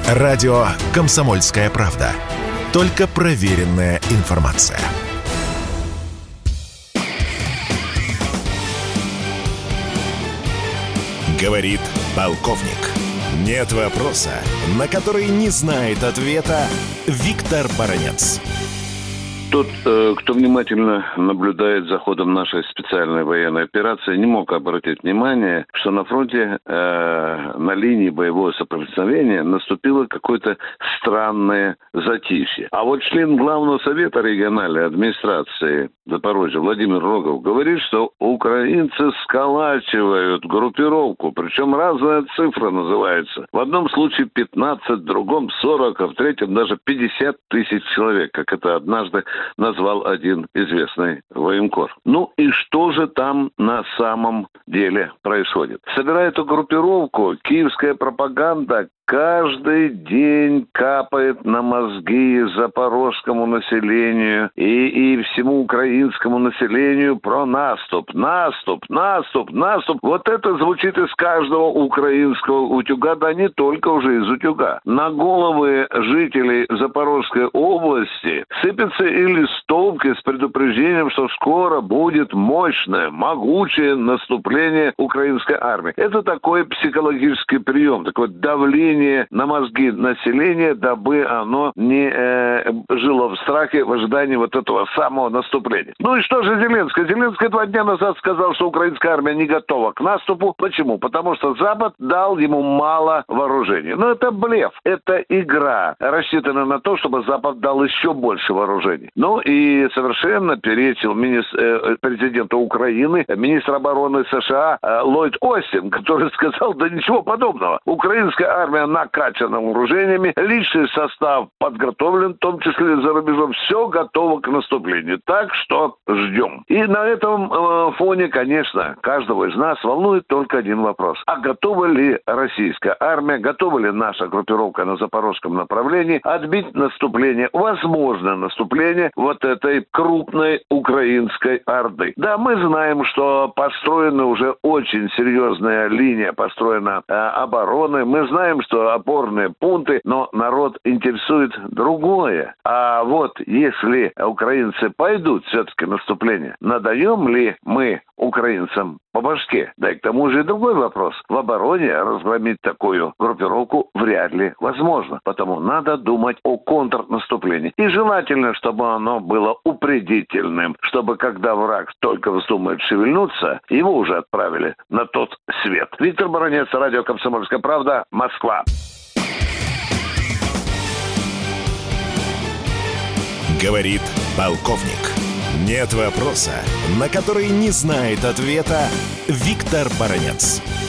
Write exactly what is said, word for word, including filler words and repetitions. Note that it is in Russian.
Радио «Комсомольская правда». Только проверенная информация. Говорит полковник. Нет вопроса, на который не знает ответа Виктор Баранец. Тот, кто внимательно наблюдает за ходом нашей специальной военной операции, не мог обратить внимание, что на фронте, э, на линии боевого соприкосновения наступило какое-то странное затишье. А вот член Главного совета региональной администрации Запорожья Владимир Рогов говорит, что украинцы сколачивают группировку, причем разная цифра называется. В одном случае пятнадцать, в другом сорок, а в третьем даже пятьдесят тысяч человек, как это однажды назвал один известный военкор. Ну и что же там на самом деле происходит? Собирая эту группировку, киевская пропаганда каждый день капает на мозги запорожскому населению и, и всему украинскому населению про наступ. Наступ, наступ, наступ. Вот это звучит из каждого украинского утюга, да не только уже из утюга. На головы жителей Запорожской области сыпятся и листовки с предупреждением, что скоро будет мощное, могучее наступление украинской армии. Это такой психологический прием, такое давление на мозги населения, дабы оно не э, жило в страхе в ожидании вот этого самого наступления. Ну и что же Зеленский? Зеленский два дня назад сказал, что украинская армия не готова к наступу. Почему? Потому что Запад дал ему мало вооружений. Но это блеф, это игра, рассчитанная на то, чтобы Запад дал еще больше вооружений. Ну и совершенно перечил министр, э, президенту Украины, министр обороны США э, Ллойд Остин, который сказал, да ничего подобного. Украинская армия накачана вооружениями, личный состав подготовлен, в том числе за рубежом, все готово к наступлению. Так что ждем. И на этом э, фоне, конечно, каждого из нас волнует только один вопрос. А готова ли российская армия, готова ли наша группировка на запорожском направлении отбить наступление, возможное наступление вот этой крупной украинской орды? Да, мы знаем, что построена уже очень серьезная линия, построена э, обороны. Мы знаем, что опорные пункты, но народ интересует другое. А вот если украинцы пойдут все-таки в наступление, надаем ли мы украинцам по башке? Да и к тому же и другой вопрос. В обороне разгромить такую группировку вряд ли возможно. Потому надо думать о контрнаступлении. И желательно, чтобы оно было упредительным, чтобы когда враг только вздумает шевельнуться, его уже отправили на тот свет. Виктор Баранец, радио «Комсомольская правда», Москва. Говорит полковник. Нет вопроса, на который не знает ответа Виктор Баранец.